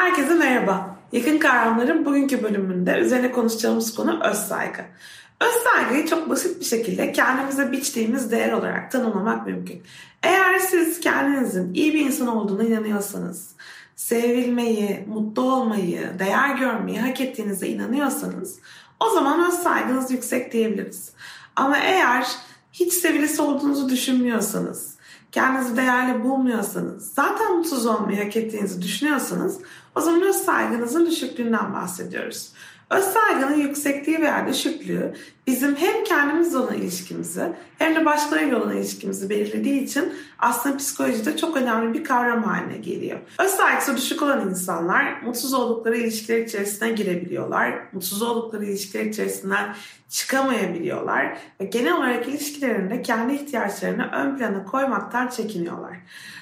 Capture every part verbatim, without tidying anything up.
Herkese merhaba. Yakın Kavramların bugünkü bölümünde üzerine konuşacağımız konu özsaygı. Özsaygıyı çok basit bir şekilde kendimize biçtiğimiz değer olarak tanımlamak mümkün. Eğer siz kendinizin iyi bir insan olduğuna inanıyorsanız, sevilmeyi, mutlu olmayı, değer görmeyi hak ettiğinize inanıyorsanız o zaman özsaygınız yüksek diyebiliriz. Ama eğer hiç sevilisi olduğunuzu düşünmüyorsanız, kendinizi değerli bulmuyorsanız, zaten mutsuz olmayı hak ettiğinizi düşünüyorsanız o zaman öz saygınızın düşüklüğünden bahsediyoruz. Öz saygının yüksekliği veya düşüklüğü bizim hem kendimizle olan ilişkimizi hem de başkalarıyla olan ilişkimizi belirlediği için aslında psikolojide çok önemli bir kavram haline geliyor. Öz saygısı düşük olan insanlar mutsuz oldukları ilişkiler içerisine girebiliyorlar. Mutsuz oldukları ilişkiler içerisinden çıkamayabiliyorlar ve genel olarak ilişkilerinde kendi ihtiyaçlarını ön plana koymaktan çekiniyorlar.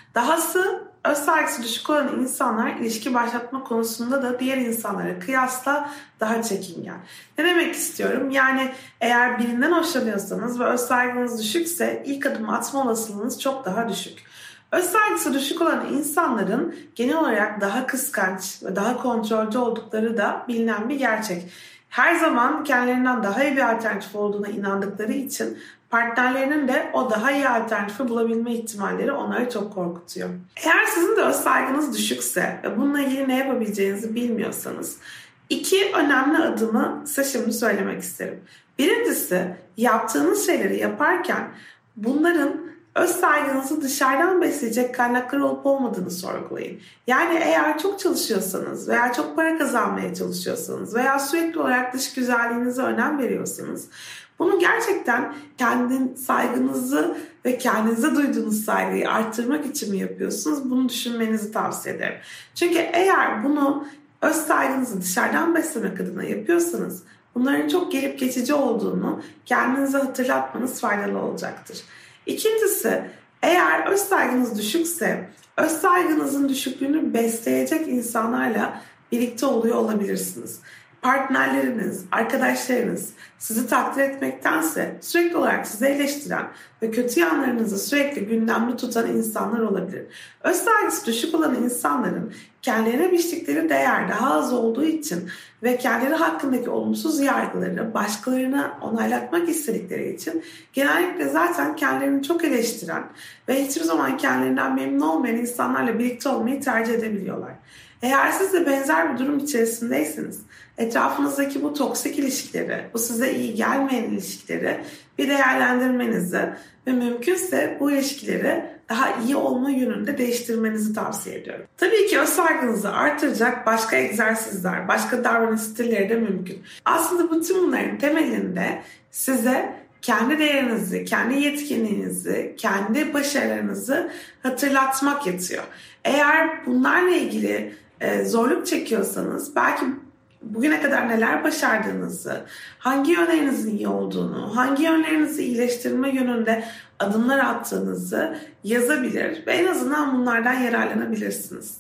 Dahası öz saygısı düşük olan insanlar ilişki başlatma konusunda da diğer insanlara kıyasla daha çekingen. Ne demek istiyorum? Yani eğer birinden hoşlanıyorsanız ve öz saygınız düşükse ilk adım atma olasılığınız çok daha düşük. Öz saygısı düşük olan insanların genel olarak daha kıskanç ve daha kontrolcü oldukları da bilinen bir gerçek. Her zaman kendilerinden daha iyi bir alternatif olduğuna inandıkları için partnerlerinin de o daha iyi alternatifi bulabilme ihtimalleri onları çok korkutuyor. Eğer sizin de öz saygınız düşükse ve bununla ilgili ne yapabileceğinizi bilmiyorsanız iki önemli adımı size şimdi söylemek isterim. Birincisi, yaptığınız şeyleri yaparken bunların öz saygınızı dışarıdan besleyecek kaynaklar olup olmadığını sorgulayın. Yani eğer çok çalışıyorsanız veya çok para kazanmaya çalışıyorsanız veya sürekli olarak dış güzelliğinize önem veriyorsanız bunu gerçekten kendi saygınızı ve kendinize duyduğunuz saygıyı arttırmak için mi yapıyorsunuz? Bunu düşünmenizi tavsiye ederim. Çünkü eğer bunu öz saygınızı dışarıdan beslemek adına yapıyorsanız bunların çok gelip geçici olduğunu kendinize hatırlatmanız faydalı olacaktır. İkincisi, eğer öz saygınız düşükse, öz saygınızın düşüklüğünü besleyecek insanlarla birlikte oluyor olabilirsiniz. Partnerleriniz, arkadaşlarınız sizi takdir etmektense sürekli olarak sizi eleştiren ve kötü yanlarınızı sürekli gündemde tutan insanlar olabilir. Öz saygısı düşük olan insanların kendilerine biçtikleri değer daha az olduğu için ve kendileri hakkındaki olumsuz yargıları başkalarına onaylatmak istedikleri için genellikle zaten kendilerini çok eleştiren ve hiçbir zaman kendilerinden memnun olmayan insanlarla birlikte olmayı tercih edebiliyorlar. Eğer siz de benzer bir durum içerisindeyseniz, etrafınızdaki bu toksik ilişkileri, bu size iyi gelmeyen ilişkileri bir değerlendirmenizi ve mümkünse bu ilişkileri daha iyi olma yönünde değiştirmenizi tavsiye ediyorum. Tabii ki öz saygınızı artıracak başka egzersizler, başka davranış stilleri de mümkün. Aslında bütün bunların temelinde size kendi değerinizi, kendi yetkinliğinizi, kendi başarılarınızı hatırlatmak yatıyor. Eğer bunlarla ilgili e, zorluk çekiyorsanız belki bugüne kadar neler başardığınızı, hangi yönlerinizin iyi olduğunu, hangi yönlerinizi iyileştirme yönünde adımlar attığınızı yazabilir ve en azından bunlardan yararlanabilirsiniz.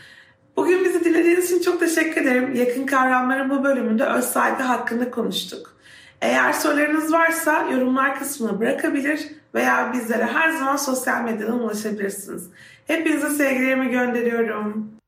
Bugün bizi dinlediğiniz için çok teşekkür ederim. Yakın Kavramların bu bölümünde öz saygı hakkında konuştuk. Eğer sorularınız varsa yorumlar kısmına bırakabilir veya bizlere her zaman sosyal medyadan ulaşabilirsiniz. Hepinize sevgilerimi gönderiyorum.